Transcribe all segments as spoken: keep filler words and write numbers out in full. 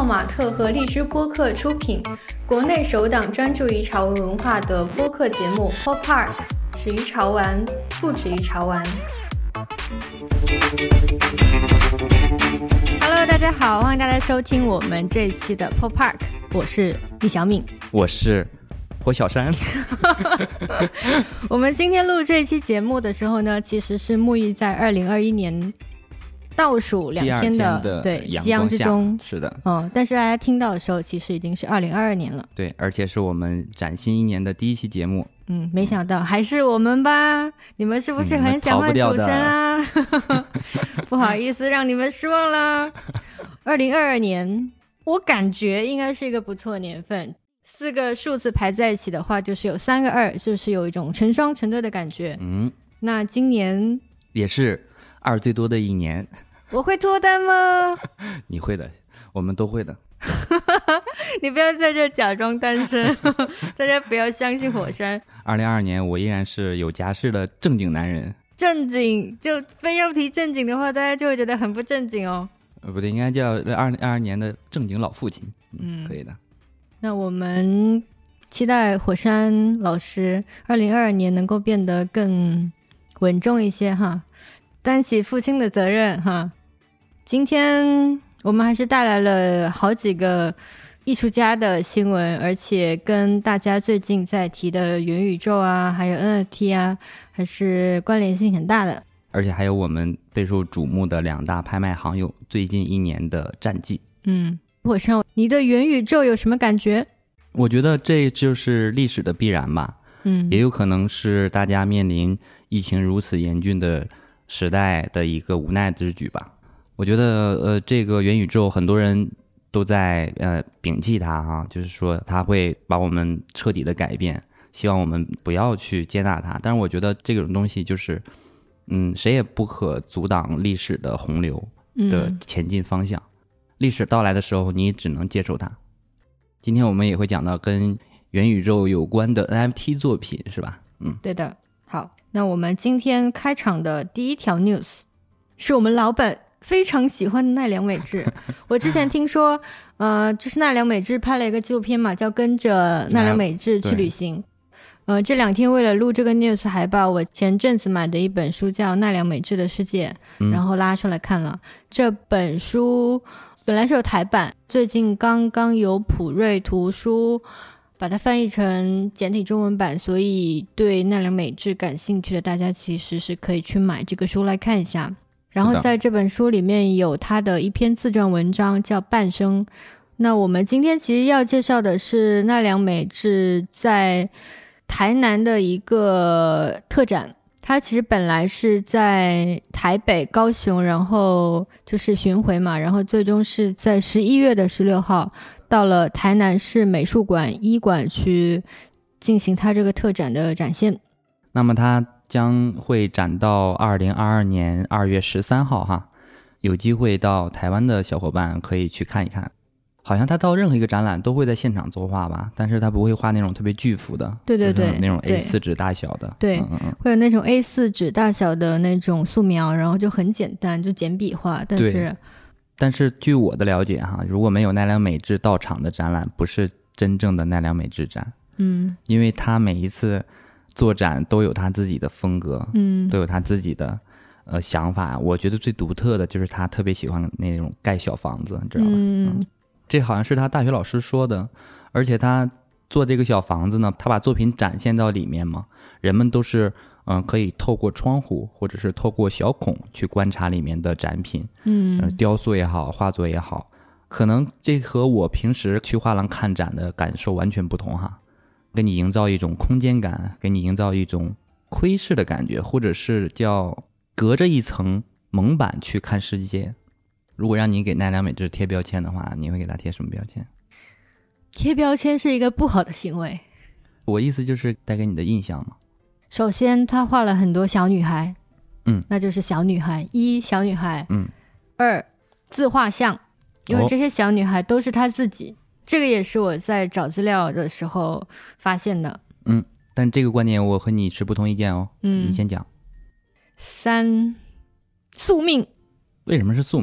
马特和荔枝播客出品，国内首档专注于潮文文化的播客节目 Pop Park， 始于潮玩，不止于潮玩。Hello， 大家好，欢迎大家收听我们这一期的 Pop Park， 我是李小敏， 我是火小山。 我们今天录这一期节目的时候呢，其实是沐浴在二零二一年倒数两天 的, 的对夕阳之中， 是的， 嗯，但是大家听到的时候，其实已经是二零二二年了。对， 而且是我们崭新一年的第一期节目。 嗯，没想到还是我们吧？你们是不是很想换主持人啊？嗯、不, 不好意思，让你们失望了。二零二二年，我感觉应该是一个不错的年份。四个数字排在一起的话，就是有三个二，就是有一种成双成对的感觉。嗯，那今年也是二最多的一年。 我会脱单吗？ 你会的，我们都会的。 你不要在这假装单身，大家不要相信火山。 二零二二年，我依然是有家室的正经男人。 正经，就非要提正经的话，大家就会觉得很不正经哦。 呃，不对，应该叫二零二二年的正经老父亲。嗯，可以的。 那我们期待火山老师二零二二年能够变得更稳重一些哈，担起父亲的责任哈。今天我们还是带来了好几个艺术家的新闻，而且跟大家最近在提的元宇宙啊，还有 N F T 啊，还是关联性很大的。 而且还有我们备受瞩目的两大拍卖行有最近一年的战绩。 嗯，火山，你对元宇宙有什么感觉？ 我觉得这就是历史的必然吧。嗯，也有可能是大家面临疫情如此严峻的时代的一个无奈之举吧。我觉得呃，这个元宇宙很多人都在呃摒弃它哈、啊，就是说它会把我们彻底的改变，希望我们不要去接纳它。但是我觉得这种东西就是嗯，谁也不可阻挡历史的洪流的前进方向、嗯、历史到来的时候你只能接受它。今天我们也会讲到跟元宇宙有关的 N F T 作品是吧？嗯， 对的。好，那我们今天开场的第一条 news 是我们老本非常喜欢的奈良美智。我之前听说呃，就是奈良美智拍了一个纪录片嘛，叫跟着奈良美智去旅行。呃，这两天为了录这个 news 海报，我前阵子买的一本书叫《奈良美智的世界》、嗯、然后拉出来看了。这本书本来是有台版，最近刚刚由普瑞图书把它翻译成简体中文版，所以对奈良美智感兴趣的大家其实是可以去买这个书来看一下。然后在这本书里面有他的一篇自传文章叫半生。那我们今天其实要介绍的是奈良美智在台南的一个特展，他其实本来是在台北高雄然后就是巡回嘛，然后最终是在十一月的十六号到了台南市美术馆一馆去进行他这个特展的展现。 那么他将会展到二零二二年二月十三号哈，有机会到台湾的小伙伴可以去看一看。好像他到任何一个展览都会在现场作画吧，但是他不会画那种特别巨幅的， 对对对， 那种 A 四 纸大小的， 对，嗯嗯，会有那种 A 四 纸大小的那种素描，然后就很简单，就简笔画。但是但是据我的了解哈，如果没有奈良美智到场的展览，不是真正的奈良美智展。嗯，因为他每一次做展都有他自己的风格，嗯，都有他自己的呃想法。我觉得最独特的就是他特别喜欢那种盖小房子，你知道吧？嗯。嗯，这好像是他大学老师说的，而且他做这个小房子呢，他把作品展现到里面嘛，人们都是嗯、呃、可以透过窗户或者是透过小孔去观察里面的展品，嗯、呃，雕塑也好，画作也好，可能这和我平时去画廊看展的感受完全不同哈，给你营造一种空间感，给你营造一种窥视的感觉，或者是叫隔着一层蒙版去看世界。如果让你给奈良美智贴标签的话，你会给他贴什么标签？ 贴标签是一个不好的行为。 我意思就是带给你的印象嘛。 首先他画了很多小女孩，嗯，那就是小女孩一小女孩，嗯，二自画像，因为这些小女孩都是他自己、哦、这个也是我在找资料的时候发现的。 嗯，但这个观点我和你持不同意见哦。嗯，你先讲。 三宿命。 为什么是宿命？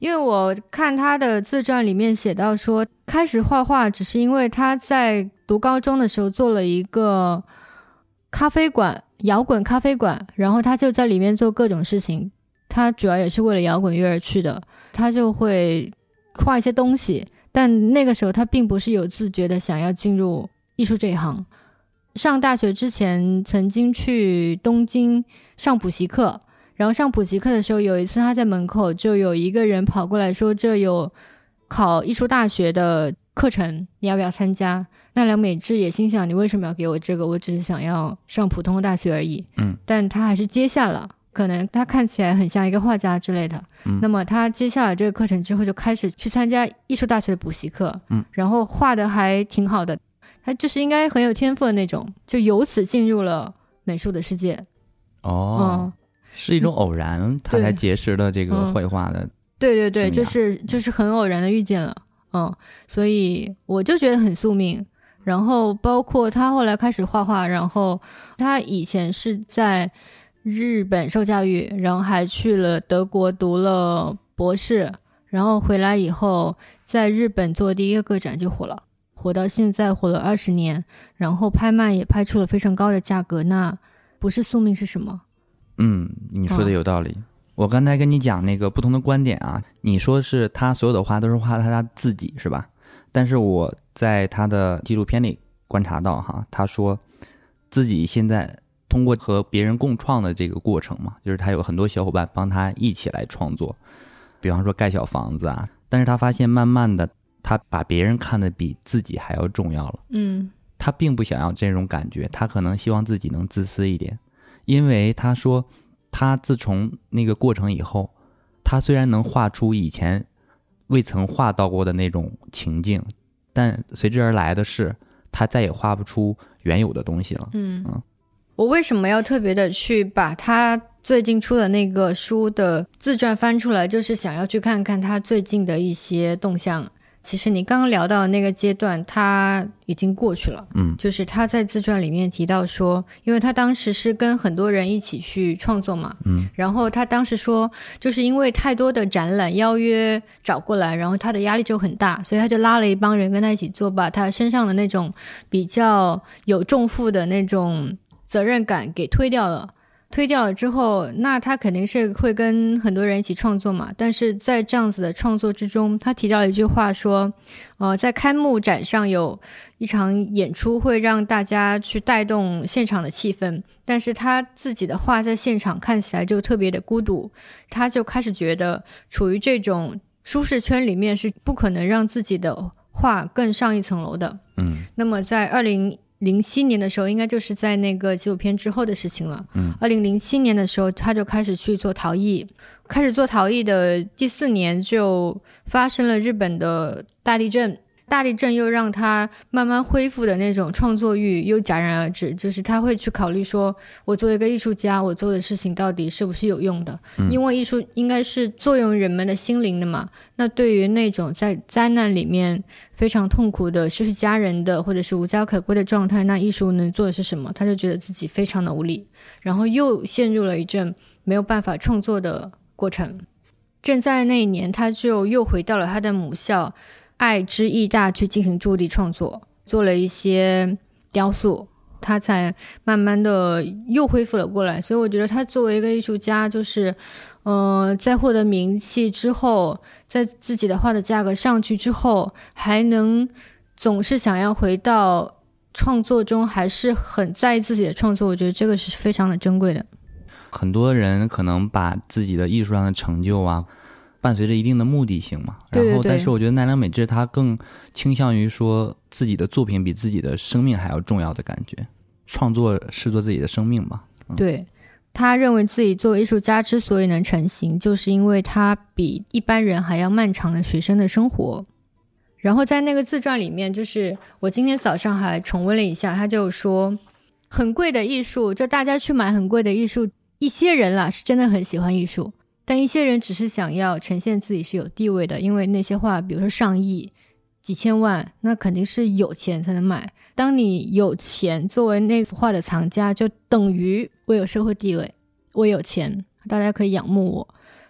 因为我看他的自传里面写到说，开始画画只是因为他在读高中的时候做了一个咖啡馆，摇滚咖啡馆，然后他就在里面做各种事情，他主要也是为了摇滚乐而去的，他就会画一些东西，但那个时候他并不是有自觉的想要进入艺术这一行。上大学之前曾经去东京上补习课，然后上补习课的时候，有一次他在门口就有一个人跑过来说，这有考艺术大学的课程，你要不要参加？奈良美智也心想，你为什么要给我这个？我只是想要上普通的大学而已。 嗯， 但他还是接下了，可能他看起来很像一个画家之类的。 嗯， 那么他接下了这个课程之后，就开始去参加艺术大学的补习课。 嗯， 然后画的还挺好的，他就是应该很有天赋的那种，就由此进入了美术的世界。 哦。嗯，是一种偶然他才结识了这个绘画的、嗯、 对对对，就是就是很偶然的遇见了。嗯，所以我就觉得很宿命。然后包括他后来开始画画，然后他以前是在日本受教育，然后还去了德国读了博士，然后回来以后在日本做第一个个展就火了，火到现在火了二十年，然后拍卖也拍出了非常高的价格。那不是宿命是什么？ 嗯，你说的有道理、哦、我刚才跟你讲那个不同的观点啊，你说是他所有的画都是画他自己是吧？但是我在他的纪录片里观察到哈，他说自己现在通过和别人共创的这个过程嘛，就是他有很多小伙伴帮他一起来创作，比方说盖小房子啊，但是他发现慢慢的他把别人看得比自己还要重要了。 嗯， 他并不想要这种感觉，他可能希望自己能自私一点，因为他说他自从那个过程以后，他虽然能画出以前未曾画到过的那种情境，但随之而来的是他再也画不出原有的东西了。 嗯嗯，我为什么要特别的去把他最近出的那个书的自传翻出来，就是想要去看看他最近的一些动向。其实你刚刚聊到的那个阶段他已经过去了。 嗯， 就是他在自传里面提到说，因为他当时是跟很多人一起去创作嘛。 嗯， 然后他当时说就是因为太多的展览邀约找过来，然后他的压力就很大，所以他就拉了一帮人跟他一起做，把他身上的那种比较有重负的那种责任感给推掉了。推掉了之后，那他肯定是会跟很多人一起创作嘛，但是在这样子的创作之中，他提到了一句话说呃，在开幕展上有一场演出会让大家去带动现场的气氛，但是他自己的画在现场看起来就特别的孤独，他就开始觉得处于这种舒适圈里面是不可能让自己的画更上一层楼的。 嗯， 那么在二零零七年的时候，应该就是在那个纪录片之后的事情了。 嗯， 二零零七年的时候，他就开始去做陶艺，开始做陶艺的第四年就发生了日本的大地震。大地震又让他慢慢恢复的那种创作欲又戛然而止，就是他会去考虑说，我作为一个艺术家，我做的事情到底是不是有用的、 嗯、 因为艺术应该是作用人们的心灵的嘛。那对于那种在灾难里面非常痛苦的失去家人的或者是无家可归的状态，那艺术能做的是什么？他就觉得自己非常的无力，然后又陷入了一阵没有办法创作的过程。正在那一年，他就又回到了他的母校爱之艺大去进行驻地创作，做了一些雕塑，他才慢慢的又恢复了过来。所以我觉得他作为一个艺术家，就是呃，在获得名气之后，在自己的画的价格上去之后，还能总是想要回到创作中，还是很在意自己的创作，我觉得这个是非常的珍贵的。 很多人可能把自己的艺术上的成就啊伴随着一定的目的性嘛， 对对对， 然后但是我觉得奈良美智他更倾向于说自己的作品比自己的生命还要重要的感觉，创作视作自己的生命吧、嗯、 对，他认为自己作为艺术家之所以能成型，就是因为他比一般人还要漫长的学生的生活。然后在那个自传里面，就是我今天早上还重温了一下，他就说很贵的艺术，就大家去买很贵的艺术，一些人啦是真的很喜欢艺术，但一些人只是想要呈现自己是有地位的，因为那些画比如说上亿几千万，那肯定是有钱才能买。当你有钱，作为那幅画的藏家，就等于我有社会地位，我有钱，大家可以仰慕我。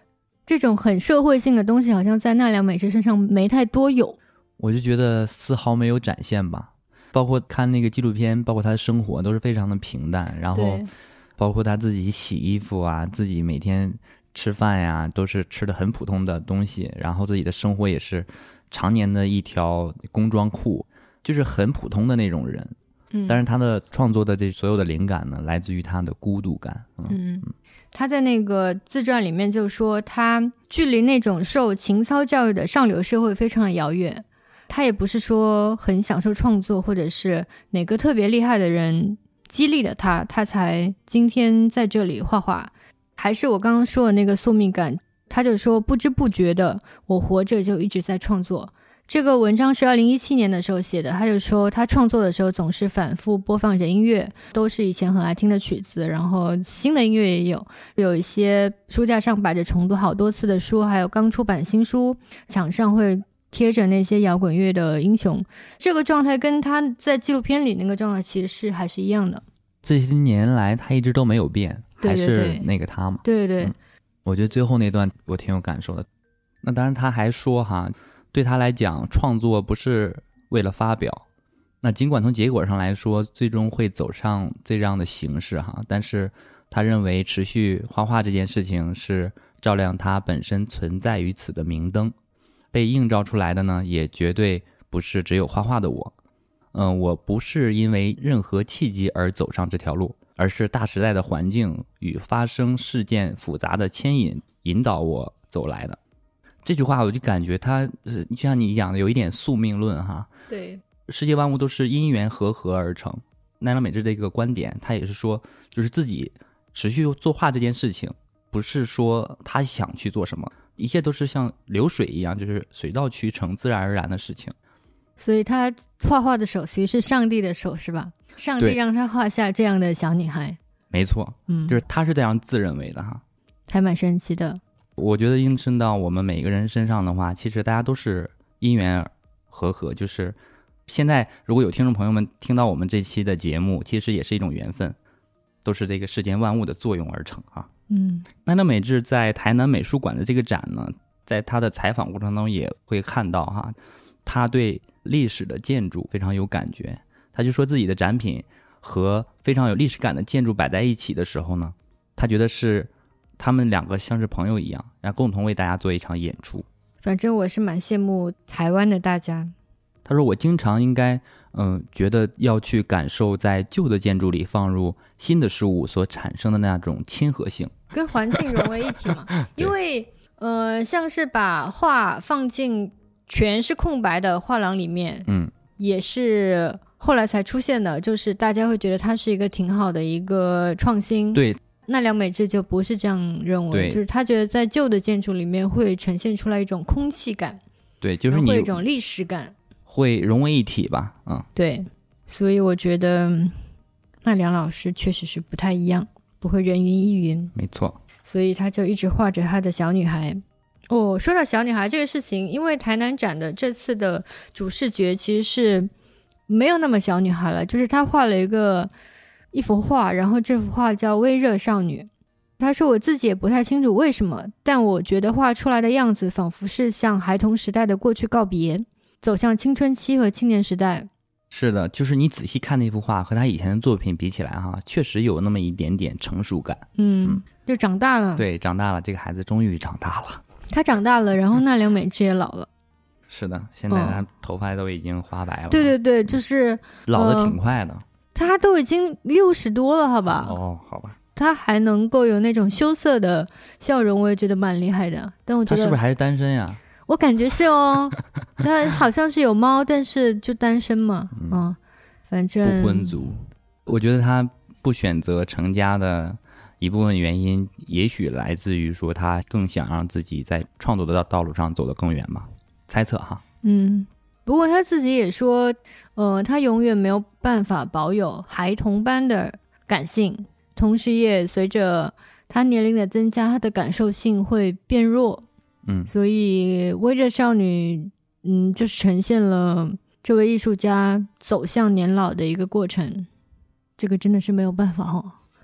这种很社会性的东西好像在奈良美智身上没太多有。 我就觉得丝毫没有展现吧，包括看那个纪录片，包括他的生活都是非常的平淡，然后包括他自己洗衣服啊，自己每天吃饭呀都是吃的很普通的东西，然后自己的生活也是常年的一条工装裤，就是很普通的那种人。嗯，但是他的创作的这所有的灵感呢，来自于他的孤独感。 嗯，嗯他在那个自传里面就说，他距离那种受情操教育的上流社会非常的遥远。他也不是说很享受创作，或者是哪个特别厉害的人激励了他，他才今天在这里画画。还是我刚刚说的那个宿命感，他就说不知不觉的我活着就一直在创作。这个文章是二零一七年的时候写的，他就说他创作的时候总是反复播放着音乐，都是以前很爱听的曲子，然后新的音乐也有，有一些书架上摆着重读好多次的书，还有刚出版新书，墙上会贴着那些摇滚乐的英雄。这个状态跟他在纪录片里那个状态其实是还是一样的。 这些年来他一直都没有变， 对对对， 还是那个他嘛。 对对对、嗯、 我觉得最后那段我挺有感受的。那当然他还说哈，对他来讲创作不是为了发表，那尽管从结果上来说最终会走上这样的形式哈，但是他认为持续画画这件事情是照亮他本身存在于此的明灯，被映照出来的呢也绝对不是只有画画的我。嗯，我不是因为任何契机而走上这条路，而是大时代的环境与发生事件复杂的牵引引导我走来的。这句话我就感觉它就像你讲的有一点宿命论哈。 对， 世界万物都是因缘和合而成。奈良美智的一个观点，他也是说就是自己持续作画这件事情不是说他想去做什么，一切都是像流水一样，就是水到渠成自然而然的事情。 所以他画画的手其实是上帝的手是吧？上帝让他画下这样的小女孩。 没错，嗯，就是他是这样自认为的哈， 还蛮神奇的。 我觉得映射到我们每个人身上的话，其实大家都是因缘和合，就是现在如果有听众朋友们听到我们这期的节目，其实也是一种缘分，都是这个世间万物的作用而成哈。嗯，奈良美智在台南美术馆的这个展呢，在他的采访过程中也会看到哈，他对历史的建筑非常有感觉。他就说自己的展品和非常有历史感的建筑摆在一起的时候呢，他觉得是他们两个像是朋友一样，然后共同为大家做一场演出。 反正我是蛮羡慕台湾的大家。 他说我经常应该嗯，觉得要去感受在旧的建筑里放入新的事物所产生的那种亲和性， 跟环境融为一体嘛。因为呃，像是把画放进全是空白的画廊里面，嗯，也是后来才出现的，就是大家会觉得它是一个挺好的一个创新。 对， 奈良美智就不是这样认为，就是他觉得在旧的建筑里面会呈现出来一种空气感， 对，就是你会有一种历史感， 会融为一体吧。嗯， 对，所以我觉得奈良老师确实是不太一样，不会人云亦云。 没错， 所以他就一直画着他的小女孩。哦，说到小女孩这个事情，因为台南展的这次的主视觉其实是没有那么小女孩了，就是他画了一个一幅画，然后这幅画叫微热少女。他说我自己也不太清楚为什么，但我觉得画出来的样子仿佛是向孩童时代的过去告别，走向青春期和青年时代。 是的，就是你仔细看那幅画和他以前的作品比起来哈，确实有那么一点点成熟感。 嗯，嗯就长大了。 对，长大了，这个孩子终于长大了。 他长大了，然后奈良美智也老了。 是的，现在他头发都已经花白了。 哦、对对对，就是老得挺快的。呃、 他都已经六十多了，好吧？ 哦，好吧。 他还能够有那种羞涩的笑容，我也觉得蛮厉害的。但我觉得他是不是还是单身呀？ 我感觉是哦，他好像是有猫，但是就单身嘛。嗯，嗯反正不婚族。我觉得他不选择成家的一部分原因，也许来自于说他更想让自己在创作的道路上走得更远吧，猜测哈。 嗯，不过他自己也说，呃，他永远没有办法保有孩童般的感性，同时也随着他年龄的增加，他的感受性会变弱。嗯，所以微热少女，嗯，就是呈现了这位艺术家走向年老的一个过程。这个真的是没有办法哦。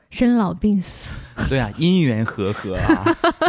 生老病死。 对啊，因缘和合啊。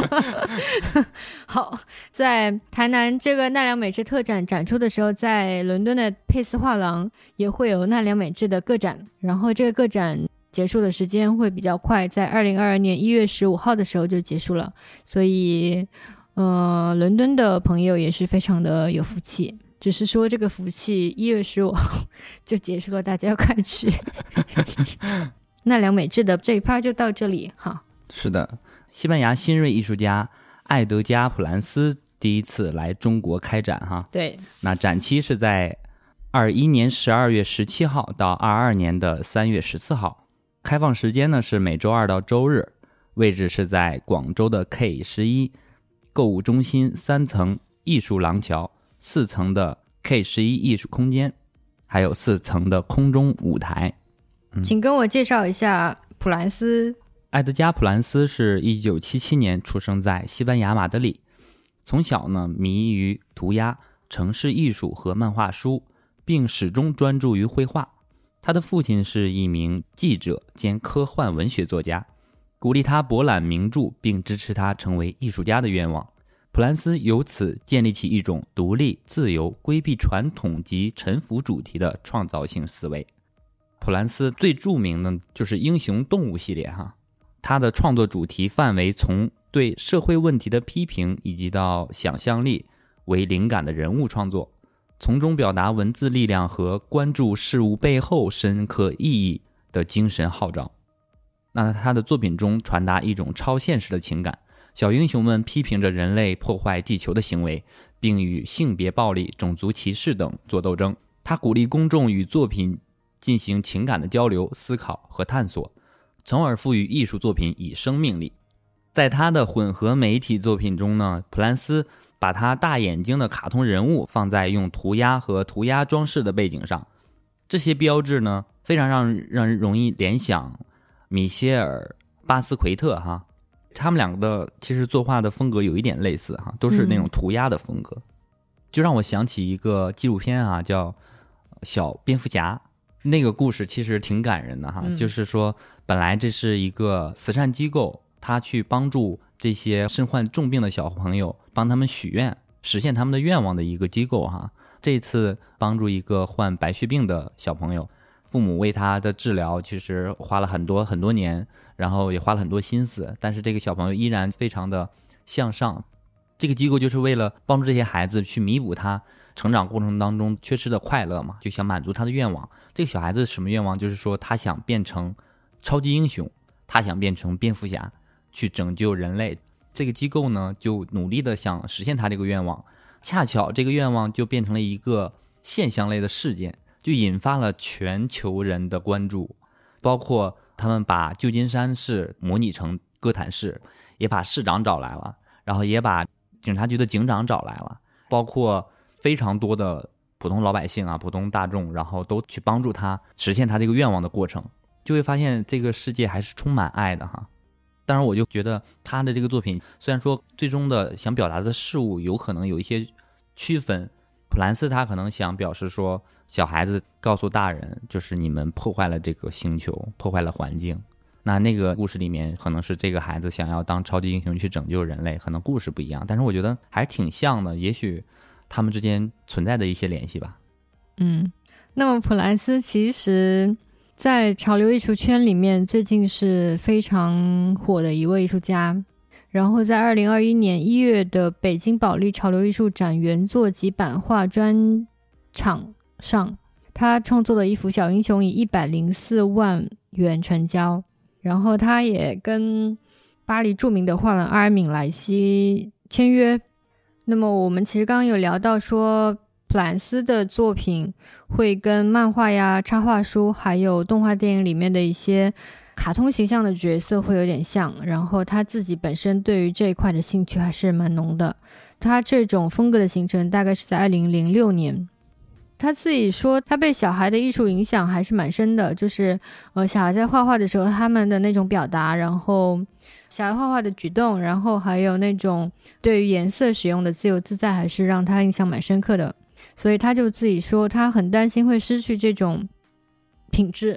好，在台南这个奈良美智特展展出的时候，在伦敦的佩斯画廊也会有奈良美智的个展，然后这个个展结束的时间会比较快，在二零二二年一月十五号的时候就结束了，所以呃，伦敦的朋友也是非常的有福气，只是说这个福气一月十五号就结束了，大家要快去。奈良美智的这一 part 就到这里哈。 是的，西班牙新锐艺术家艾德加·普兰斯第一次来中国开展哈。 对， 那展期是在二一年十二月十七号到二二年的三月十四号，开放时间呢是每周二到周日，位置是在广州的 K 十一购物中心三层艺术廊桥，四层的 K 十一艺术空间，还有四层的空中舞台。 嗯、请跟我介绍一下普兰斯。 埃德加·普兰斯是一九七七年出生在西班牙马德里，从小呢迷于涂鸦、城市艺术和漫画书，并始终专注于绘画。他的父亲是一名记者兼科幻文学作家，鼓励他博览名著，并支持他成为艺术家的愿望。普兰斯由此建立起一种独立、自由、规避传统及臣服主题的创造性思维。普兰斯最著名的就是英雄动物系列哈，他的创作主题范围从对社会问题的批评以及到想象力为灵感的人物创作，从中表达文字力量和关注事物背后深刻意义的精神号召。那他的作品中传达一种超现实的情感，小英雄们批评着人类破坏地球的行为，并与性别暴力、种族歧视等作斗争。他鼓励公众与作品进行情感的交流、思考和探索，从而赋予艺术作品以生命力。在他的混合媒体作品中呢，普兰斯把他大眼睛的卡通人物放在用涂鸦和涂鸦装饰的背景上，这些标志呢，非常让让人容易联想米歇尔·巴斯奎特哈，他们两个的其实作画的风格有一点类似哈，都是那种涂鸦的风格，嗯、就让我想起一个纪录片啊，叫《小蝙蝠侠》。那个故事其实挺感人的哈、嗯，就是说本来这是一个慈善机构，他去帮助这些身患重病的小朋友，帮他们许愿，实现他们的愿望的一个机构哈。这次帮助一个患白血病的小朋友，父母为他的治疗其实花了很多很多年，然后也花了很多心思，但是这个小朋友依然非常的向上。这个机构就是为了帮助这些孩子去弥补他成长过程当中缺失的快乐嘛，就想满足他的愿望。这个小孩子什么愿望？就是说他想变成超级英雄，他想变成蝙蝠侠，去拯救人类。这个机构呢，就努力的想实现他这个愿望。恰巧这个愿望就变成了一个现象类的事件，就引发了全球人的关注，包括他们把旧金山市模拟成哥谭市，也把市长找来了，然后也把警察局的警长找来了，包括非常多的普通老百姓啊，普通大众，然后都去帮助他实现他这个愿望的过程，就会发现这个世界还是充满爱的哈。当然我就觉得他的这个作品虽然说最终的想表达的事物有可能有一些区分，普兰斯他可能想表示说小孩子告诉大人，就是你们破坏了这个星球，破坏了环境。那那个故事里面可能是这个孩子想要当超级英雄去拯救人类，可能故事不一样，但是我觉得还是挺像的，也许他们之间存在的一些联系吧。 嗯，那么普兰斯其实在潮流艺术圈里面最近是非常火的一位艺术家，然后在二零二一年一月的北京保利潮流艺术展原作及版画专场上，他创作的一幅小英雄以一百零四万元成交，然后他也跟巴黎著名的画廊阿尔敏莱西签约。那么我们其实刚刚有聊到说普兰斯的作品会跟漫画呀、插画书还有动画电影里面的一些卡通形象的角色会有点像，然后他自己本身对于这一块的兴趣还是蛮浓的。他这种风格的形成大概是在二零零六年，他自己说他被小孩的艺术影响还是蛮深的，就是呃，小孩在画画的时候他们的那种表达，然后小孩画画的举动，然后还有那种对于颜色使用的自由自在，还是让他印象蛮深刻的。所以他就自己说他很担心会失去这种品质，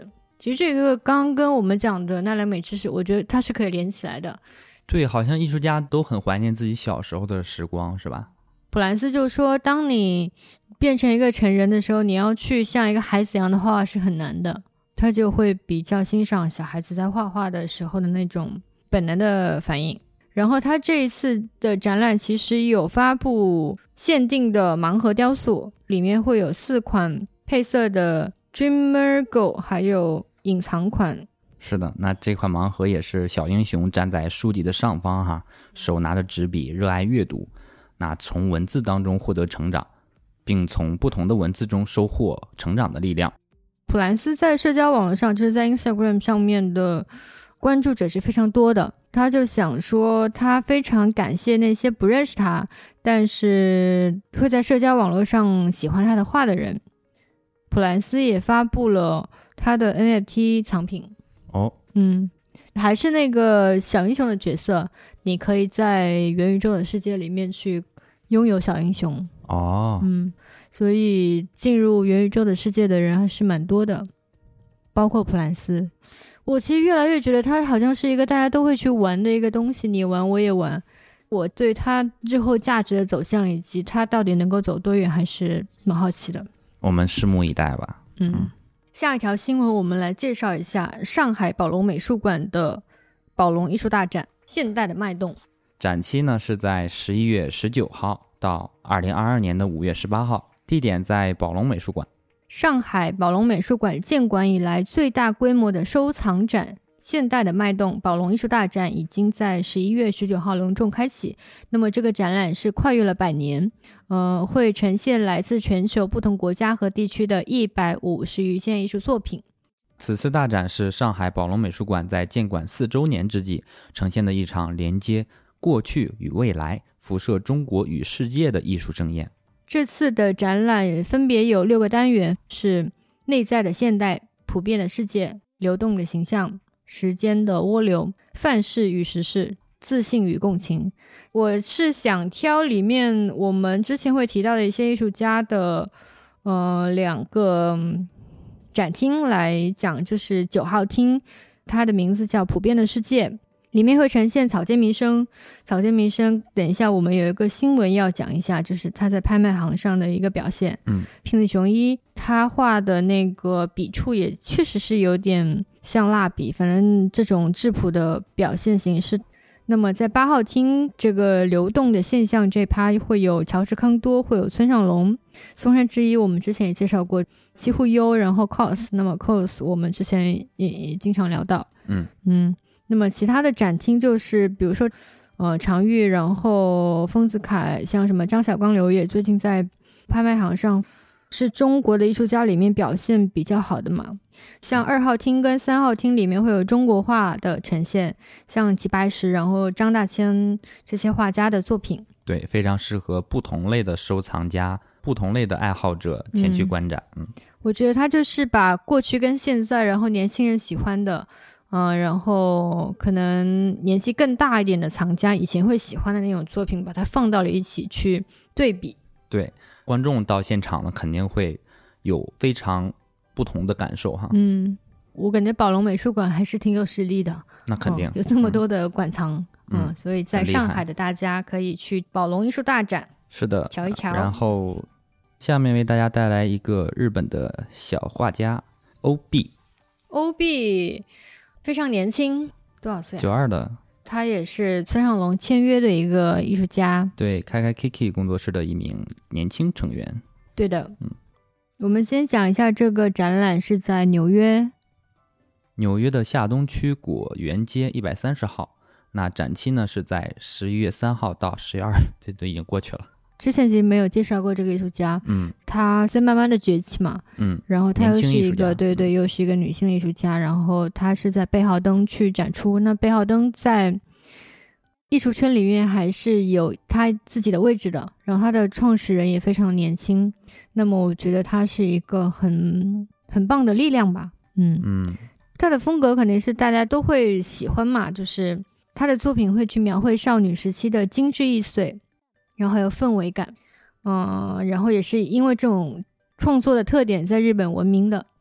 其实这个刚跟我们讲的奈良美智是我觉得它是可以连起来的。 对，好像艺术家都很怀念自己小时候的时光，是吧？ 普兰斯就说当你变成一个成人的时候，你要去像一个孩子一样的画画是很难的，他就会比较欣赏小孩子在画画的时候的那种本能的反应。然后他这一次的展览其实有发布限定的盲盒雕塑，里面会有四款配色的 Dreamer Go 还有隐藏款。 是的，那这款盲盒也是小英雄站在书籍的上方哈，手拿着纸笔，热爱阅读，那从文字当中获得成长，并从不同的文字中收获成长的力量。 普兰斯在社交网络上，就是在 Instagram 上面的关注者是非常多的，他就想说他非常感谢那些不认识他但是会在社交网络上喜欢他的画的人。普兰斯也发布了他的 N F T 藏品哦， 嗯，还是那个小英雄的角色，你可以在元宇宙的世界里面去拥有小英雄哦， 嗯，所以进入元宇宙的世界的人还是蛮多的，包括普兰斯。我其实越来越觉得它好像是一个大家都会去玩的一个东西，你玩我也玩。我对它日后价值的走向以及它到底能够走多远还是蛮好奇的， 我们拭目以待吧。 嗯，嗯下一条新闻我们来介绍一下上海宝龙美术馆的宝龙艺术大展现代的脉动。 展期呢是在十一月十九号到二零二二年的五月十八号，地点在宝龙美术馆。 上海宝龙美术馆建馆以来最大规模的收藏展现代的脉动宝龙艺术大展已经在十一月十九号隆重开启。那么这个展览是跨越了百年，呃，会呈现来自全球不同国家和地区的一百五十余件艺术作品。 此次大展是上海宝龙美术馆在建馆四周年之际呈现的一场连接过去与未来、辐射中国与世界的艺术盛宴。 这次的展览分别有六个单元，是内在的现代、普遍的世界、流动的形象、时间的涡流、范式与时事、自信与共情。我是想挑里面我们之前会提到的一些艺术家的呃两个展厅来讲，就是九号厅，它的名字叫普遍的世界，里面会呈现草间弥生。草间弥生等一下我们有一个新闻要讲一下，就是他在拍卖行上的一个表现。 嗯， 平野雄一他画的那个笔触也确实是有点像蜡笔，反正这种质朴的表现形式。那么在八号厅这个流动的现象这趴会有乔治康多，会有村上隆，松山之一我们之前也介绍过，七户优，然后 cos， 那么 cos 我们之前也也经常聊到。 嗯嗯，那么其他的展厅就是比如说呃常玉，然后丰子恺，像什么张晓光、刘烨最近在拍卖行上是中国的艺术家里面表现比较好的嘛。像二号厅跟三号厅里面会有中国画的呈现，像齐白石，然后张大千这些画家的作品。 对，非常适合不同类的收藏家、不同类的爱好者前去观展。嗯，嗯我觉得他就是把过去跟现在，然后年轻人喜欢的嗯、呃，然后可能年纪更大一点的藏家以前会喜欢的那种作品，把它放到了一起去对比。 对，观众到现场呢，肯定会有非常不同的感受哈。 嗯，我感觉宝龙美术馆还是挺有实力的。 那肯定、 哦、有这么多的馆藏，嗯, 嗯所以在上海的大家可以去宝龙艺术大展， 是的， 瞧一瞧。 然后下面为大家带来一个日本的小画家欧碧。 欧碧非常年轻，多少岁、啊？ 九二的。 他也是村上隆签约的一个艺术家， 对，开开 Kiki 工作室的一名年轻成员。 对的， 嗯， 我们先讲一下这个展览是在纽约， 纽约的下东区果园街一百三十号。那展期呢是在十一月三号到十月二，这都已经过去了。 之前其实没有介绍过这个艺术家， 嗯， 他在慢慢的崛起嘛， 嗯， 然后他又是一个对对， 嗯、 又是一个女性的艺术家，然后他是在贝浩登去展出。那贝浩登在艺术圈里面还是有他自己的位置的，然后他的创始人也非常年轻，那么我觉得他是一个很很棒的力量吧。嗯嗯， 他的风格肯定是大家都会喜欢嘛，就是他的作品会去描绘少女时期的精致易碎，然后还有氛围感，嗯、呃，然后也是因为这种创作的特点在日本闻名的。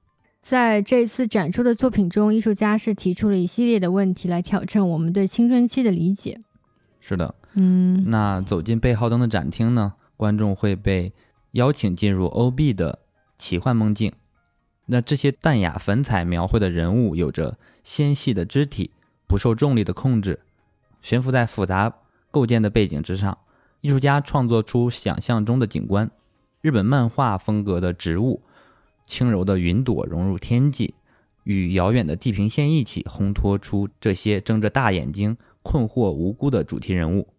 在这次展出的作品中，艺术家是提出了一系列的问题来挑战我们对青春期的理解。 是的， 嗯， 那走进贝浩登的展厅呢，观众会被邀请进入 O B 的奇幻梦境。那这些淡雅粉彩描绘的人物有着纤细的肢体，不受重力的控制，悬浮在复杂构建的背景之上。艺术家创作出想象中的景观，日本漫画风格的植物，轻柔的云朵融入天际，与遥远的地平线一起烘托出这些睁着大眼睛困惑无辜的主题人物。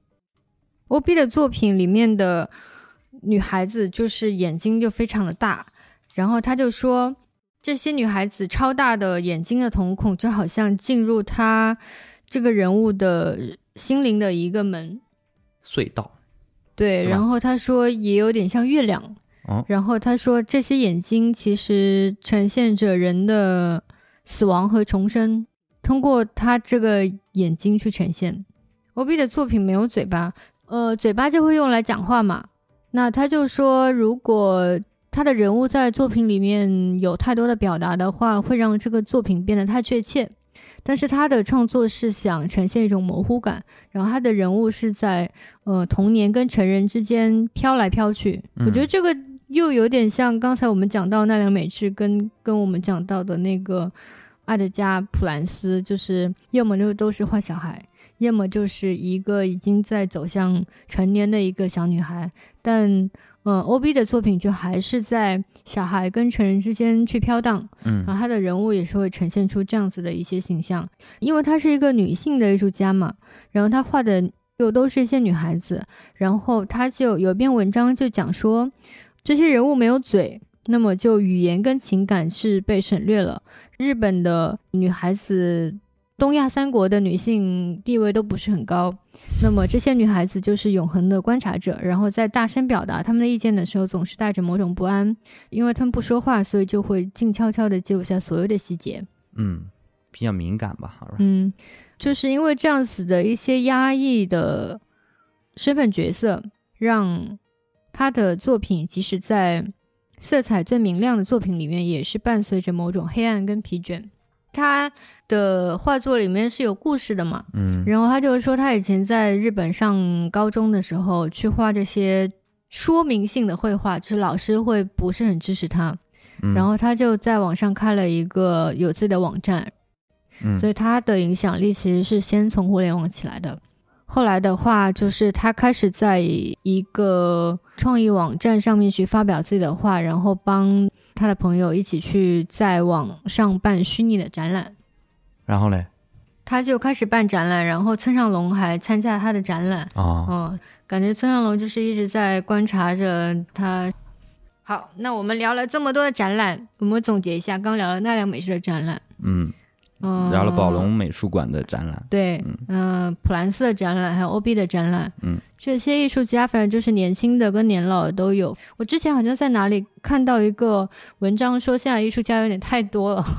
O B 的作品里面的女孩子就是眼睛就非常的大，然后他就说这些女孩子超大的眼睛的瞳孔就好像进入她这个人物的心灵的一个门隧道。 对，然后他说也有点像月亮、哦、然后他说这些眼睛其实呈现着人的死亡和重生，通过他这个眼睛去呈现。 O B 的作品没有嘴巴，呃，嘴巴就会用来讲话嘛，那他就说如果他的人物在作品里面有太多的表达的话，会让这个作品变得太确切，但是他的创作是想呈现一种模糊感，然后他的人物是在呃童年跟成人之间飘来飘去、嗯、我觉得这个又有点像刚才我们讲到奈良美智跟跟我们讲到的那个爱德加普兰斯，就是要么就都是坏小孩，要么就是一个已经在走向成年的一个小女孩，但嗯 O B 的作品就还是在小孩跟成人之间去飘荡，嗯，然后他的人物也是会呈现出这样子的一些形象，因为他是一个女性的艺术家嘛，然后他画的又都是一些女孩子，然后他就有篇文章就讲说这些人物没有嘴，那么就语言跟情感是被省略了。日本的女孩子，东亚三国的女性地位都不是很高，那么这些女孩子就是永恒的观察者，然后在大声表达她们的意见的时候总是带着某种不安，因为她们不说话，所以就会静悄悄地记录下所有的细节。 嗯，比较敏感吧。 嗯，就是因为这样子的一些压抑的身份角色，让她的作品即使在色彩最明亮的作品里面也是伴随着某种黑暗跟疲倦。他的画作里面是有故事的嘛，嗯，然后他就说他以前在日本上高中的时候去画这些说明性的绘画，就是老师会不是很支持他、嗯、然后他就在网上开了一个有自己的网站、嗯、所以他的影响力其实是先从互联网起来的。后来的话就是他开始在一个创意网站上面去发表自己的画，然后帮他的朋友一起去在网上办虚拟的展览。 然后嘞， 他就开始办展览，然后村上隆还参加他的展览。哦，嗯，感觉村上隆就是一直在观察着他。好，那我们聊了这么多的展览，我们总结一下，刚聊了奈良美智的展览， 嗯嗯，聊了宝龙美术馆的展览， 对，嗯、呃，普兰斯的展览，还有 O B 的展览， 嗯， 这些艺术家反正就是年轻的跟年老的都有。我之前好像在哪里看到一个文章说，现在艺术家有点太多了。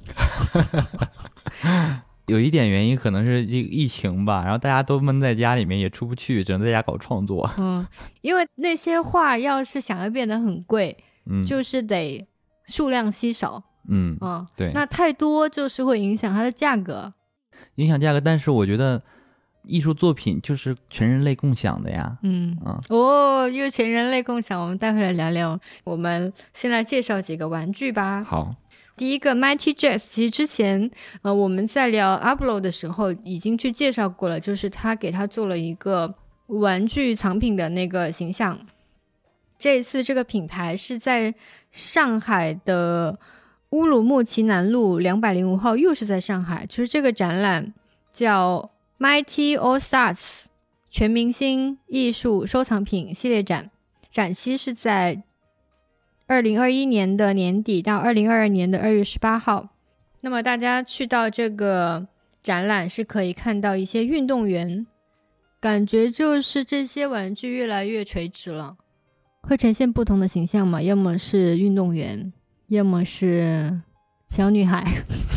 有一点原因可能是疫情吧，然后大家都闷在家里面也出不去，只能在家搞创作。 嗯，因为那些画要是想要变得很贵，嗯，就是得数量稀少。 嗯嗯，对， 那太多就是会影响它的价格， 影响价格。但是我觉得艺术作品就是全人类共享的呀。 嗯嗯，哦，又全人类共享，我们待会来聊聊。我们先来介绍几个玩具吧。 好， 第一个 Mighty Jazz， 其实之前呃我们在聊 Upload 的时候已经去介绍过了，就是他给他做了一个玩具藏品的那个形象。这一次这个品牌是在上海的乌鲁木齐南路两百零五号，又是在上海。就是这个展览叫 Mighty All Stars 全明星艺术收藏品系列展，展期是在二零二一年的年底到二零二二年的二月十八号。那么大家去到这个展览是可以看到一些运动员，感觉就是这些玩具越来越垂直了，会呈现不同的形象嘛，要么是运动员，要么是小女孩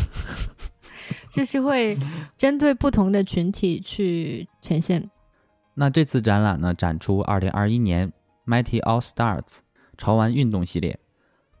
就是会针对不同的群体去呈现。 那这次展览呢，展出二零二一年 Mighty All Stars 潮玩运动系列，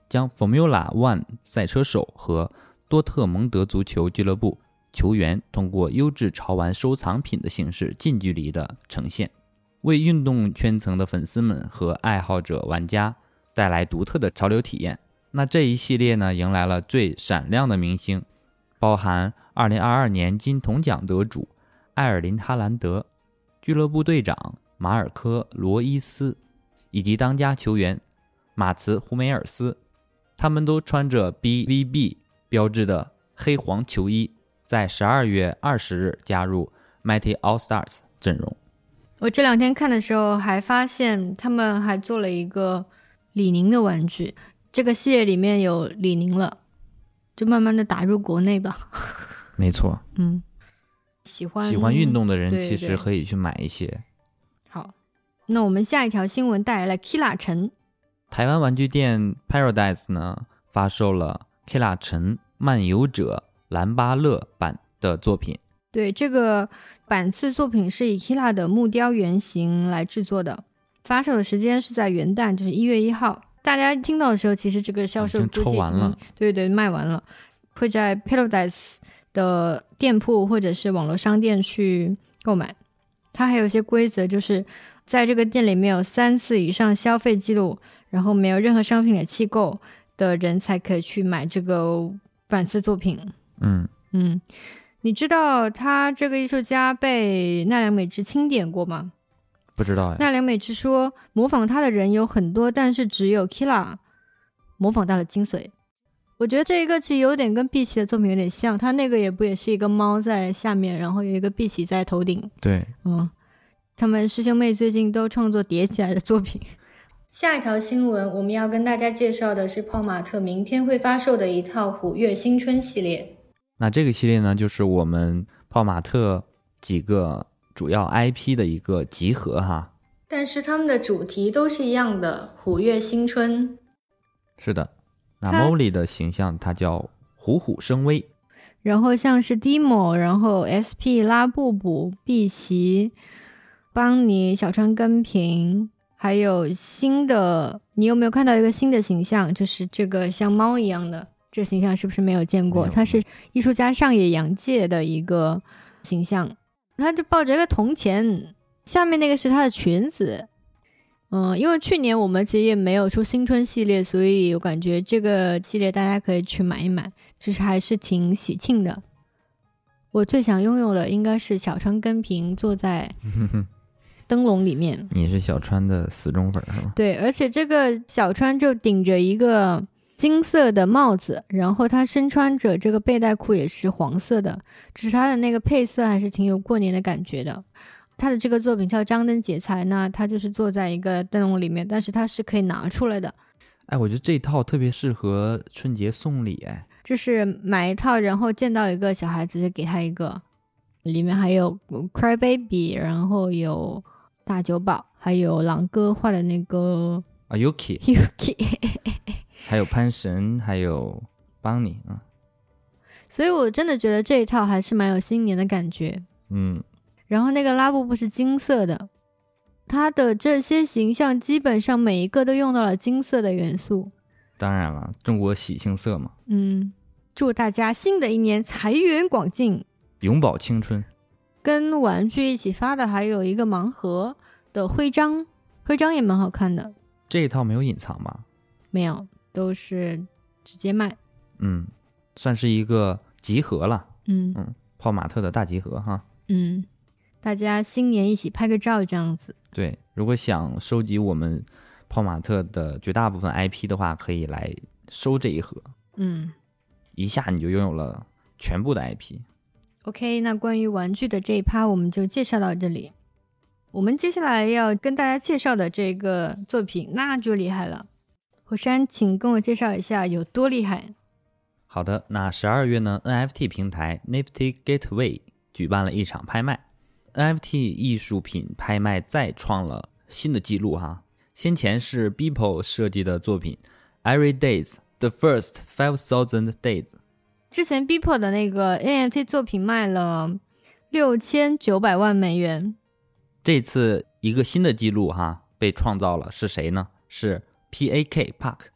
将 Formula One 赛车手和多特蒙德足球俱乐部球员通过优质潮玩收藏品的形式近距离的呈现，为运动圈层的粉丝们和爱好者玩家带来独特的潮流体验。那这一系列呢，迎来了最闪亮的明星，包含二零二二年金童奖得主埃尔林哈兰德、俱乐部队长马尔科罗伊斯以及当家球员马茨胡梅尔斯，他们都穿着 B V B 标志的黑黄球衣，在十二月二十日加入 Mighty All Stars 阵容。 我这两天看的时候还发现他们还做了一个李宁的玩具，这个系列里面有李宁了，就慢慢的打入国内吧。 没错， 嗯，喜欢喜欢运动的人对对其实可以去买一些。 好，那我们下一条新闻带来了 Killa 城。 台湾玩具店 Paradise 呢发售了 Killa 城漫游者兰巴勒版的作品。 对，这个版次作品是以 Killa 的木雕原型来制作的，发售的时间是在元旦，就是一月一号。大家听到的时候，其实这个销售已经抽完了， 对对，卖完了，会在 Paradise 的店铺或者是网络商店去购买。它还有一些规则，就是在这个店里面有三次以上消费记录，然后没有任何商品的弃购的人才可以去买这个版次作品。 嗯嗯，你知道他这个艺术家被奈良美智钦点过吗？ 不知道呀。 奈良美智说模仿他的人有很多，但是只有 Killa 模仿到了精髓。我觉得这一个其实有点跟碧琪的作品有点像，他那个也不也是一个猫在下面，然后有一个碧琪在头顶。 对， 嗯，他们师兄妹最近都创作叠起来的作品。下一条新闻我们要跟大家介绍的是泡玛特明天会发售的一套虎月新春系列。 那这个系列呢，就是我们泡玛特几个主要 I P 的一个集合哈。 但是他们的主题都是一样的，虎月新春。 是的，那 Molly 的形象它叫虎虎生威， 然后像是 Dimo， 然后 S P 拉布布、碧琪、邦尼、小川根平，还有新的，你有没有看到一个新的形象，就是这个像猫一样的，这形象是不是没有见过？它是艺术家上野洋介的一个形象，他就抱着一个铜钱，下面那个是他的裙子。嗯，因为去年我们其实也没有出新春系列，所以我感觉这个系列大家可以去买一买，就是还是挺喜庆的。我最想拥有的应该是小川根平坐在灯笼里面。 你是小川的死忠粉是吗？ 对，而且这个小川就顶着一个金色的帽子，然后他身穿着这个背带裤也是黄色的，就是他的那个配色还是挺有过年的感觉的。他的这个作品叫张灯结彩，那他就是坐在一个灯笼里面，但是他是可以拿出来的。 哎，我觉得这一套特别适合春节送礼。哎， 就是买一套，然后见到一个小孩子就给他一个，里面还有 Cry Baby， 然后有大久保，还有狼哥画的那个啊 Yuki Yuki 还有潘神，还有邦尼啊。 所以我真的觉得这一套还是蛮有新年的感觉。 嗯， 然后那个拉布布是金色的，它的这些形象基本上每一个都用到了金色的元素。 当然了，中国喜庆色嘛。 嗯，祝大家新的一年财源广进， 永葆青春。 跟玩具一起发的还有一个盲盒的徽章，徽章也蛮好看的。 这一套没有隐藏吧？ 没有，都是直接卖。 嗯，算是一个集合了。 嗯嗯，泡玛特的大集合哈。 嗯，大家新年一起拍个照这样子。 对，如果想收集我们泡玛特的绝大部分 I P 的话，可以来收这一盒。 嗯， 一下你就拥有了全部的 I P。 OK， 那关于玩具的这一趴我们就介绍到这里。我们接下来要跟大家介绍的这个作品那就厉害了，火山请跟我介绍一下有多厉害。 好的，那十二月呢 N F T 平台 Nifty Gateway 举办了一场拍卖， N F T 艺术品拍卖再创了新的记录哈。先前是 Beeple 设计的作品 Every Days The First Five Thousand Days， 之前 Beeple 的那个 N F T 作品卖了六千九百万美元， 这次一个新的记录哈被创造了，是谁呢？是 P A K Park，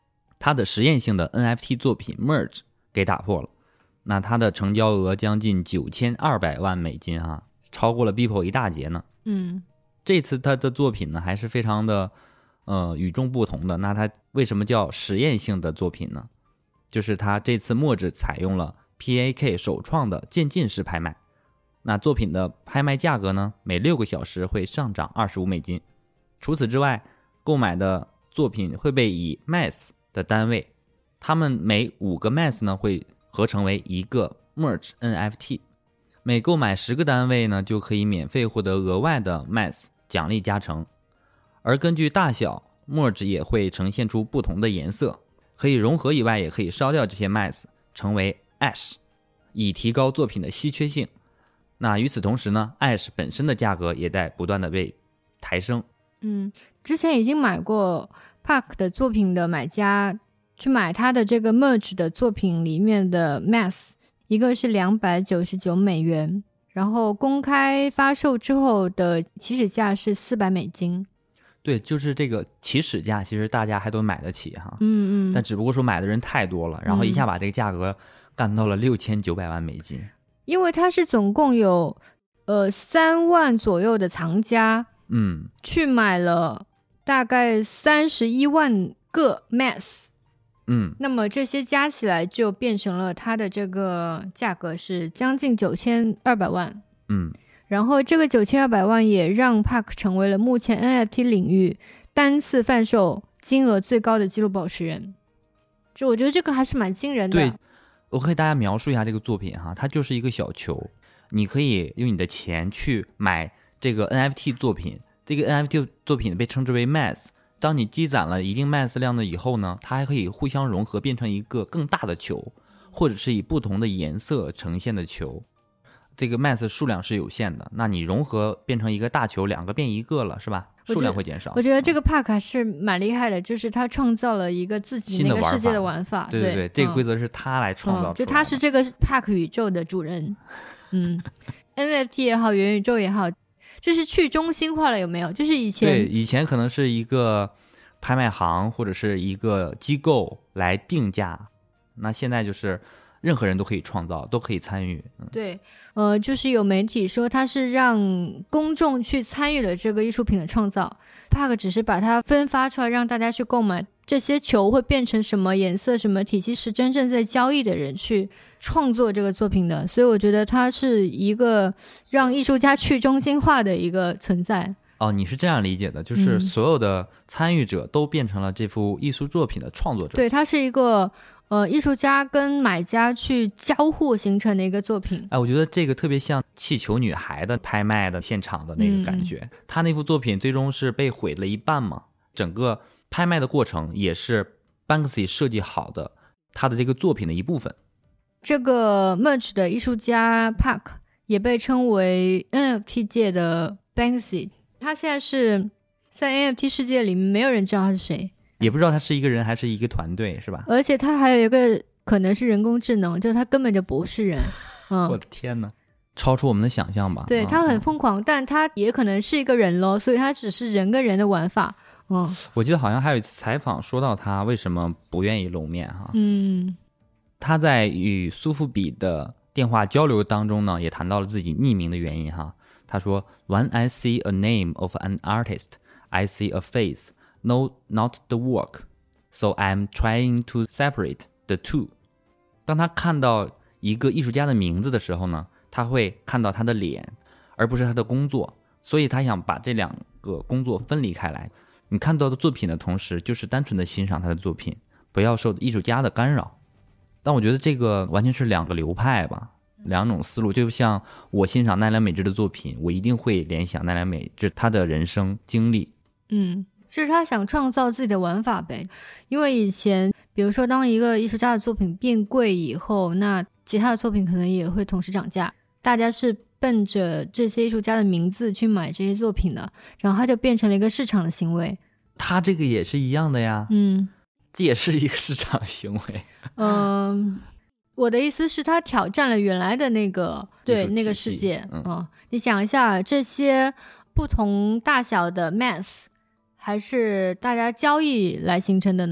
他的实验性的 N F T 作品 Merge 给打破了。那他的成交额将近九千二百万美金啊，超过了 Beeple 一大截呢。 嗯， 这次他的作品呢还是非常的呃与众不同的。那他为什么叫实验性的作品呢？就是他这次Merge采用了 P A K 首创的渐进式拍卖。那作品的拍卖价格呢，每六个小时会上涨二十五美金。除此之外，购买的作品会被以 Mass 的单位，他们每五个 Mass 呢会合成为一个 Merge N F T， 每购买十个单位呢就可以免费获得额外的 Mass 奖励加成。而根据大小 Merge 也会呈现出不同的颜色，可以融合以外也可以烧掉这些 Mass 成为 Ash， 以提高作品的稀缺性。那与此同时呢 Ash 本身的价格也在不断的被抬升。 嗯，之前已经买过 Park 的作品的买家去买他的这个 Merge 的作品里面的 Mass， 一个是两百九十九美元，然后公开发售之后的起始价是四百美金。 对，就是这个起始价其实大家还都买得起哈， 嗯嗯， 但只不过说买的人太多了，然后一下把这个价格干到了六千九百万美金。 因为它是总共有呃三万左右的藏家， 嗯， 去买了大概三十一万个 Mass， 嗯， 那么这些加起来就变成了它的这个价格是将近九千二百万， 嗯， 然后这个九千二百万也让 Park 成为了目前 N F T 领域单次贩售金额最高的纪录保持人，就我觉得这个还是蛮惊人的。 对，我可以大家描述一下这个作品哈，它就是一个小球，你可以用你的钱去买这个 N F T 作品，这个 N F T 作品被称之为 Mass， 当你积攒了一定 Mass 量的以后呢，它还可以互相融合变成一个更大的球，或者是以不同的颜色呈现的球。这个 Mass 数量是有限的，那你融合变成一个大球，两个变一个了是吧？数量会减少。 我觉得这个 Park 还是蛮厉害的，就是他创造了一个自己那个世界的玩法。 对对对，这个规则是他来创造出来的、 嗯、就他是这个 Park 宇宙的主人。嗯，N F T 也好，元宇宙也好，就是去中心化了，有没有？就是以前对以前可能是一个拍卖行或者是一个机构来定价，那现在就是任何人都可以创造，都可以参与。嗯、 对，呃，就是有媒体说它是让公众去参与了这个艺术品的创造 ，Park 只是把它分发出来让大家去购买。这些球会变成什么颜色、什么体积，是真正在交易的人去创作这个作品的，所以我觉得它是一个让艺术家去中心化的一个存在。 哦，你是这样理解的，就是所有的参与者都变成了这幅艺术作品的创作者。 对，它是一个呃艺术家跟买家去交互形成的一个作品。 哎，我觉得这个特别像气球女孩的拍卖的现场的那个感觉。嗯、他那幅作品最终是被毁了一半嘛，整个拍卖的过程也是 Banksy 设计好的，他的这个作品的一部分。 这个 Merge 的艺术家 Park 也被称为 N F T 界的 Banksy， 他现在是在 N F T 世界里面没有人知道他是谁， 也不知道他是一个人还是一个团队，是吧？ 而且他还有一个可能是人工智能，就他根本就不是人。嗯， 我的天哪，超出我们的想象吧。 对，他很疯狂、嗯、但他也可能是一个人咯，所以他只是人跟人的玩法。嗯， 我记得好像还有一次采访说到他为什么不愿意露面哈。 嗯， 他在与苏富比的电话交流当中呢，也谈到了自己匿名的原因哈。他说 When I see a name of an artist, I see a face, no, not the work. So I'm trying to separate the two. 当他看到一个艺术家的名字的时候呢，他会看到他的脸，而不是他的工作，所以他想把这两个工作分离开来。你看到的作品的同时，就是单纯的欣赏他的作品，不要受艺术家的干扰。但我觉得这个完全是两个流派吧，两种思路。就像我欣赏奈良美智的作品，我一定会联想奈良美智他的人生经历。 嗯，就是他想创造自己的玩法呗。因为以前比如说当一个艺术家的作品变贵以后，那其他的作品可能也会同时涨价，大家是奔着这些艺术家的名字去买这些作品的，然后它就变成了一个市场的行为。 他这个也是一样的呀。 嗯， 这也是一个市场行为。 嗯、呃，我的意思是他挑战了原来的那个对那个世界。嗯、呃，你想一下，这些不同大小的 mass 还是大家交易来形成的呢？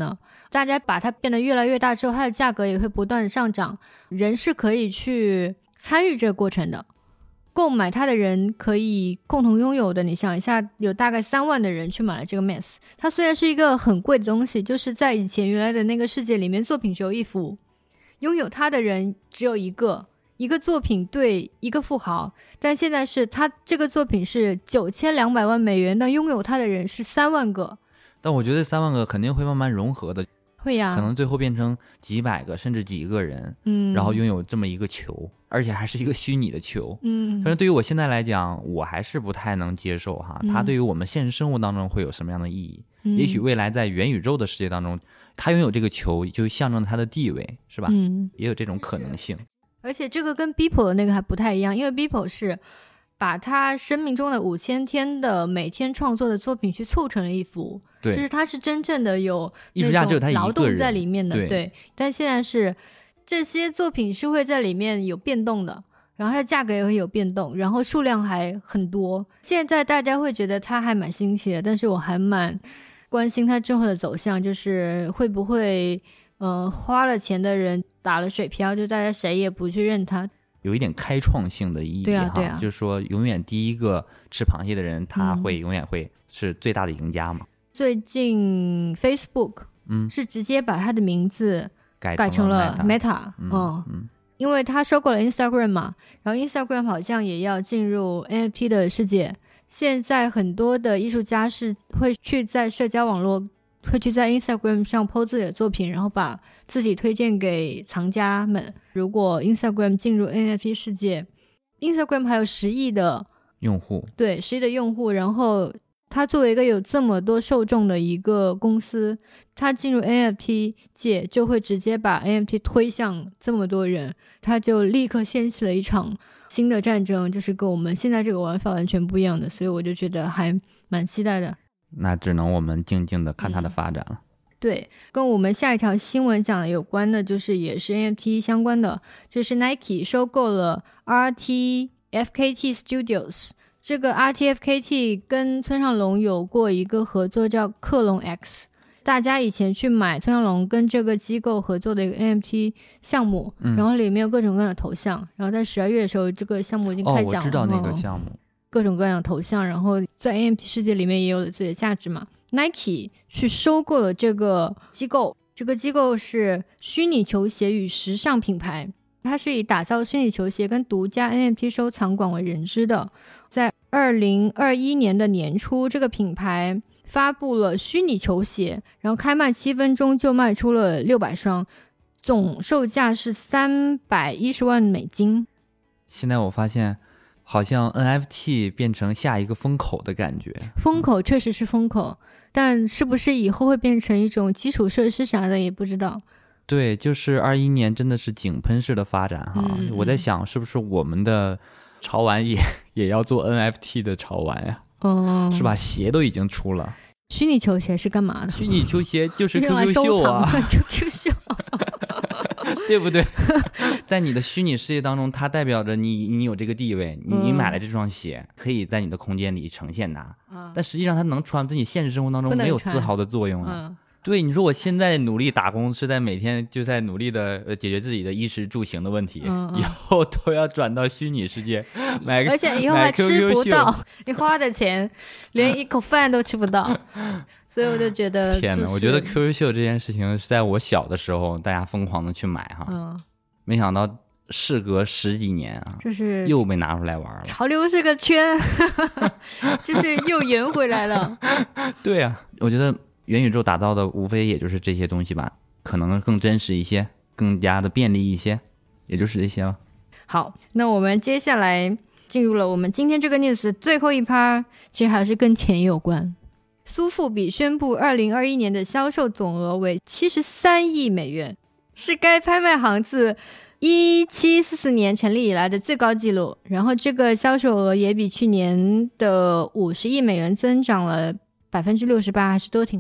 大家把它变得越来越大之后，它的价格也会不断的上涨，人是可以去参与这个过程的，购买它的人可以共同拥有的。你想一下，有大概三万的人去买了这个 Mass， 它虽然是一个很贵的东西，就是在以前原来的那个世界里面，作品只有一幅，拥有它的人只有一个，一个作品对一个富豪，但现在是它这个作品是九千两百万美元，但拥有它的人是三万个。 但我觉得三万个肯定会慢慢融合的， 会呀， 可能最后变成几百个甚至几个人， 嗯， 然后拥有这么一个球，而且还是一个虚拟的球， 嗯， 反正对于我现在来讲，我还是不太能接受哈，它对于我们现实生活当中会有什么样的意义？嗯、也许未来在元宇宙的世界当中，它拥有这个球就象征它的地位，是吧？嗯，也有这种可能性。 而且这个跟 Beeple 的那个还不太一样，因为 Beeple 是把他生命中的五千天的每天创作的作品去凑成了一幅， 对， 就是他是真正的有艺术家只有他一个人劳动在里面的， 对, 对。但现在是这些作品是会在里面有变动的，然后它的价格也会有变动，然后数量还很多。现在大家会觉得它还蛮新奇的，但是我还蛮关心它之后的走向，就是会不会嗯、呃，花了钱的人打了水漂，就大家谁也不去认它， 有一点开创性的意义。 对啊对啊， 就是说永远第一个吃螃蟹的人他会永远会是最大的赢家嘛。 嗯、最近 Facebook 嗯是直接把他的名字改成了 Meta, Meta 嗯, 嗯, 嗯因为他收购了 Instagram 嘛，然后 Instagram 好像也要进入 N F T 的世界，现在很多的艺术家是会去在社交网络会去在 Instagram 上 po 自己的作品，然后把自己推荐给藏家们。如果 Instagram 进入 N F T 世界， Instagram 还有十亿的用户， 对，十亿的用户，然后它作为一个有这么多受众的一个公司，它进入 N F T 界就会直接把 N F T 推向这么多人，它就立刻掀起了一场新的战争，就是跟我们现在这个玩法完全不一样的，所以我就觉得还蛮期待的。 那只能我们静静的看它的发展了、嗯、 对，跟我们下一条新闻讲的有关的，就是也是 N F T 相关的，就是 Nike 收购了 R T F K T Studios。 这个 R T F K T 跟村上隆有过一个合作叫克隆 X， 大家以前去买村上隆跟这个机构合作的一个 N F T 项目、嗯、然后里面有各种各样的头像，然后在十二月的时候这个项目已经开奖了。 哦，我知道那个项目、嗯， 各种各样的头像，然后在 N F T 世界里面也有了自己的价值嘛。 Nike 去收购了这个机构，这个机构是虚拟球鞋与时尚品牌，它是以打造虚拟球鞋跟独家 N F T 收藏广为人知的。在二零二一年的年初，这个品牌发布了虚拟球鞋，然后开卖七分钟就卖出了六百双，总售价是三百一十万美金。 现在我发现好像 N F T 变成下一个风口的感觉。 风口确实是风口、嗯、但是不是以后会变成一种基础设施啥的也不知道。 对，就是二一年真的是井喷式的发展哈、嗯、我在想是不是我们的潮玩也也要做 N F T 的潮玩呀、啊嗯、是吧？鞋都已经出了。 虚拟球鞋是干嘛的？ 虚拟球鞋就是 Q Q 秀啊 Q Q 秀对不对？在你的虚拟世界当中，它代表着你你有这个地位，你你买了这双鞋、嗯、可以在你的空间里呈现它、嗯、但实际上它能穿，在你现实生活当中没有丝毫的作用啊。对，你说我现在努力打工是在每天就在努力的解决自己的衣食住行的问题、嗯嗯、以后都要转到虚拟世界买个， 而且以后还吃不到你花的钱连一口饭都吃不到所以我就觉得、就是、 天哪，我觉得 Q Q 秀这件事情是在我小的时候大家疯狂的去买哈、嗯、没想到事隔十几年啊， 就是又被拿出来玩了。 潮流是个圈就是又圆回来了对啊，我觉得元宇宙打造的无非也就是这些东西吧，可能更真实一些，更加的便利一些，也就是这些了。 好，那我们接下来进入了我们今天这个 news 的最后一趴，其实还是跟钱有关。苏富比宣布二零二一年的销售总额为七十三亿美元，是该拍卖行自一七四四年成立以来的最高纪录，然后这个销售额也比去年的五十亿美元增长了百分之六十八，还是都挺多的。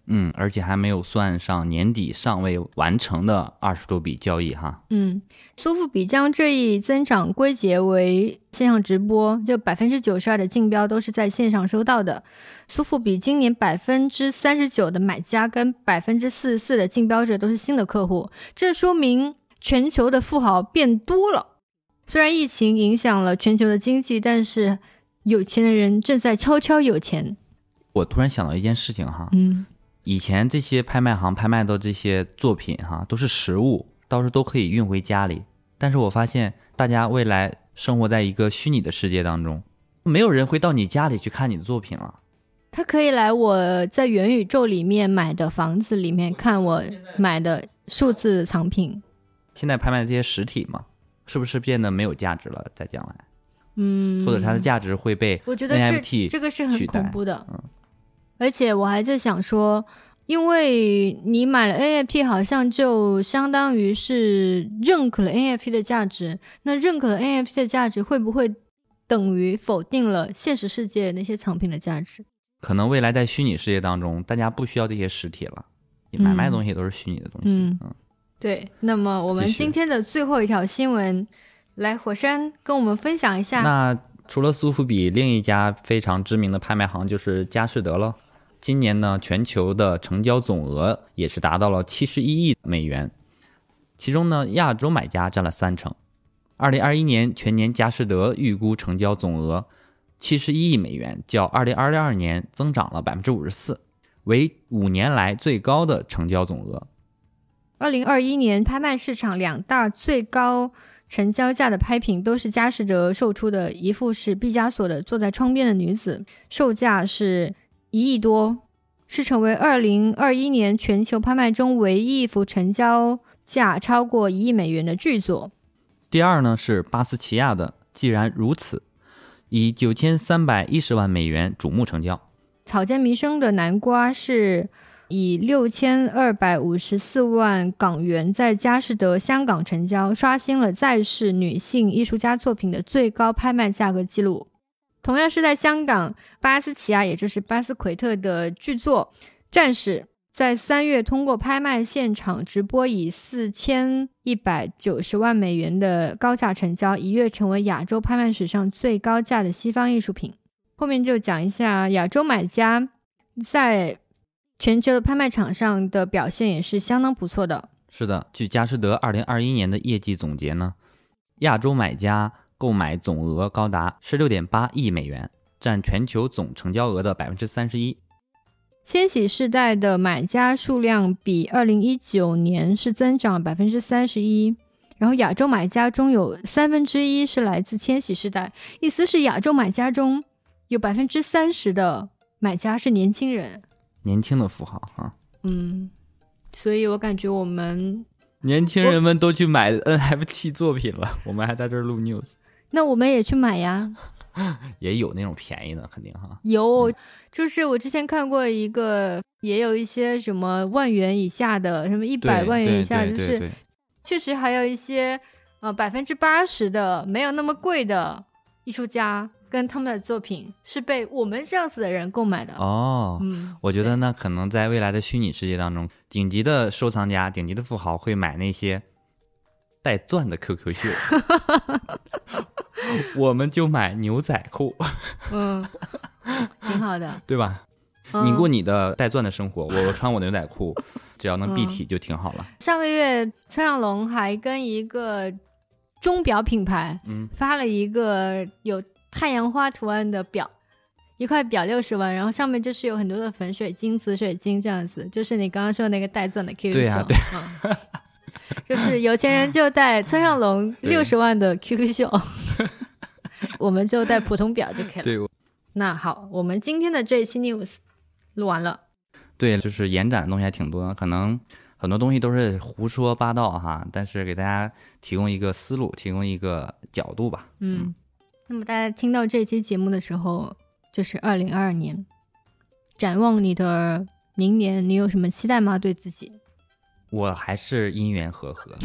嗯，而且还没有算上年底尚未完成的二十多笔交易哈。 嗯，苏富比将这一增长归结为线上直播，就 百分之九十二 的竞标都是在线上收到的。苏富比今年 百分之三十九 的买家跟 百分之四十四 的竞标者都是新的客户，这说明全球的富豪变多了。虽然疫情影响了全球的经济，但是有钱的人正在悄悄有钱。 我突然想到一件事情哈， 嗯， 以前这些拍卖行拍卖的这些作品哈，都是实物，到时候都可以运回家里。但是我发现大家未来生活在一个虚拟的世界当中，没有人会到你家里去看你的作品了。 他可以来我在元宇宙里面买的房子里面看我买的数字藏品。 现在拍卖的这些实体嘛，是不是变得没有价值了？在将来， 嗯， 或者它的价值会被 N F T 我觉得这这个是很恐怖的。 嗯， 而且我还在想说，因为你买了 N F T 好像就相当于是认可了 N F T 的价值，那认可了 N F T 的价值会不会等于否定了现实世界那些藏品的价值？ 可能未来在虚拟世界当中大家不需要这些实体了，你买卖的东西都是虚拟的东西。 嗯, 嗯， 对。那么我们今天的最后一条新闻，来火山跟我们分享一下。 那除了苏富比，另一家非常知名的拍卖行就是佳士得了。今年呢，全球的成交总额也是达到了七十一亿美元，其中呢，亚洲买家占了三成。二零二一年全年佳士得预估成交总额七十一亿美元，较二零二二年增长了 百分之五十四， 为五年来最高的成交总额。 二零二一年拍卖市场两大最高成交价的拍品都是佳士得售出的，一幅是毕加索的坐在窗边的女子，售价是一亿多，是成为二零二一年全球拍卖中唯一一幅成交价超过一亿美元的巨作。 第二呢是巴斯奇亚的既然如此，以九千三百一十万美元瞩目成交。 草间弥生的南瓜是以六千二百五十四万港元在佳士得香港成交，刷新了在世女性艺术家作品的最高拍卖价格记录。同样是在香港，巴斯奇亚也就是巴斯奎特的巨作《战士》在三月通过拍卖现场直播，以四千一百九十万美元的高价成交，一跃成为亚洲拍卖史上最高价的西方艺术品。后面就讲一下亚洲买家在全球的拍卖场上的表现也是相当不错的。 是的，据佳士得二零二一年的业绩总结呢，亚洲买家购买总额高达 十六点八亿美元，占全球总成交额的 百分之三十一。 千禧世代的买家数量比二零一九年是增长 百分之三十一， 然后亚洲买家中有三分之一是来自千禧世代，意思是亚洲买家中有 百分之三十 的买家是年轻人， 年轻的富豪啊。 嗯，所以我感觉我们年轻人们都去买 N F T 作品了，我们还在这儿录 news。 那我们也去买呀。 也有那种便宜的肯定哈。 有，就是我之前看过一个，也有一些什么万元以下的，什么一百万元以下，就是确实还有一些呃百分之八十的没有那么贵的艺术家跟他们的作品是被我们这样子的人购买的。 哦， 嗯， 我觉得呢，可能在未来的虚拟世界当中，顶级的收藏家、顶级的富豪会买那些带钻的 Q Q 秀，我们就买牛仔裤。 嗯，挺好的， 对吧？嗯、你过你的带钻的生活，我穿我的牛仔裤，只要能蔽体就挺好了。 嗯、上个月村上隆还跟一个钟表品牌发了一个有太阳花图案的表，一块表六十万，然后上面就是有很多的粉水晶、紫水晶这样子，就是你刚刚说的那个带钻的 Q Q 秀。 对啊，对、 嗯，就是有钱人就戴村上隆六十万的 Q Q 秀，我们就戴普通表就可以了。 对， 那好，我们今天的这一期 news 录完了。 对，就是延展的东西还挺多的，可能很多东西都是胡说八道哈，但是给大家提供一个思路，提供一个角度吧。 嗯，嗯那么大家听到这期节目的时候，就是二零二二年，展望你的明年，你有什么期待吗？对自己？ 我还是因缘和合。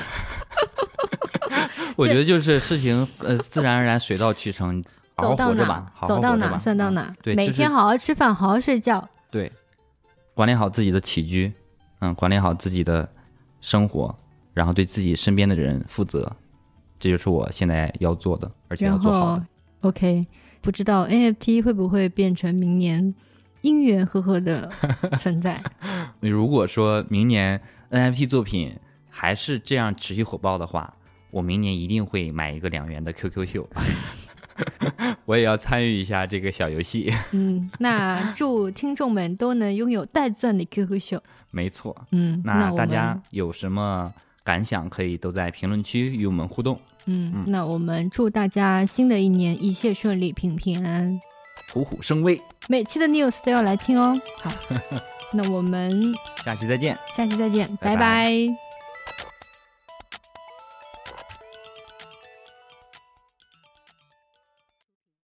我觉得就是事情呃自然而然，水到渠成，好好活着吧，好好走到哪活着吧算到哪。 对， 每天好好吃饭，好好睡觉。 对， 管理好自己的起居，嗯，管理好自己的生活，然后对自己身边的人负责，这就是我现在要做的，而且要做好的。 OK， 不知道 N F T 会不会变成明年因缘和合的存在？ 如果说明年 N F T 作品还是这样持续火爆的话，我明年一定会买一个两元的 Q Q 秀。我也要参与一下这个小游戏。 嗯，那祝听众们都能拥有带钻的 Q Q 秀。 没错。 嗯， 那大家有什么感想可以都在评论区与我们互动。 嗯, 嗯那我们祝大家新的一年一切顺利，平平安安， 虎虎生威。 每期的 news 都要来听哦。好，那我们下期再见。 下期再见， 拜拜。 拜拜。